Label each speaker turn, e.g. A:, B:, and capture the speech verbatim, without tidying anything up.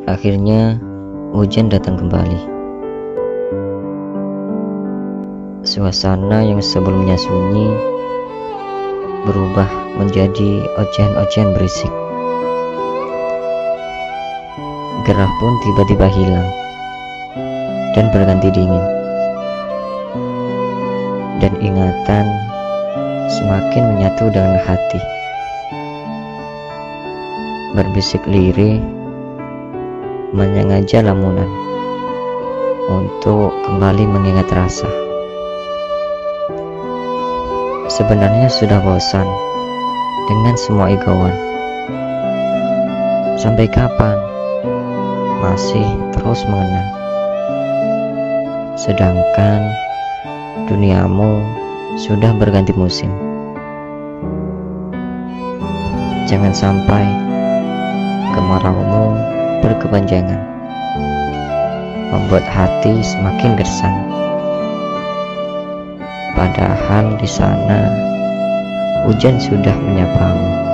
A: Akhirnya hujan datang kembali. Suasana yang sebelumnya sunyi berubah menjadi ocehan-ocehan berisik. Gerah pun tiba-tiba hilang dan berganti dingin, dan ingatan semakin menyatu dengan hati. Berbisik lirih menyengaja lamunan untuk kembali mengingat rasa. Sebenarnya sudah bosan dengan semua egoan. Sampai kapan masih terus mengenang? Sedangkan duniamu sudah berganti musim. Jangan sampai kemaraumu berkepanjangan, membuat hati semakin gersang. Padahal di sana hujan sudah menyapamu.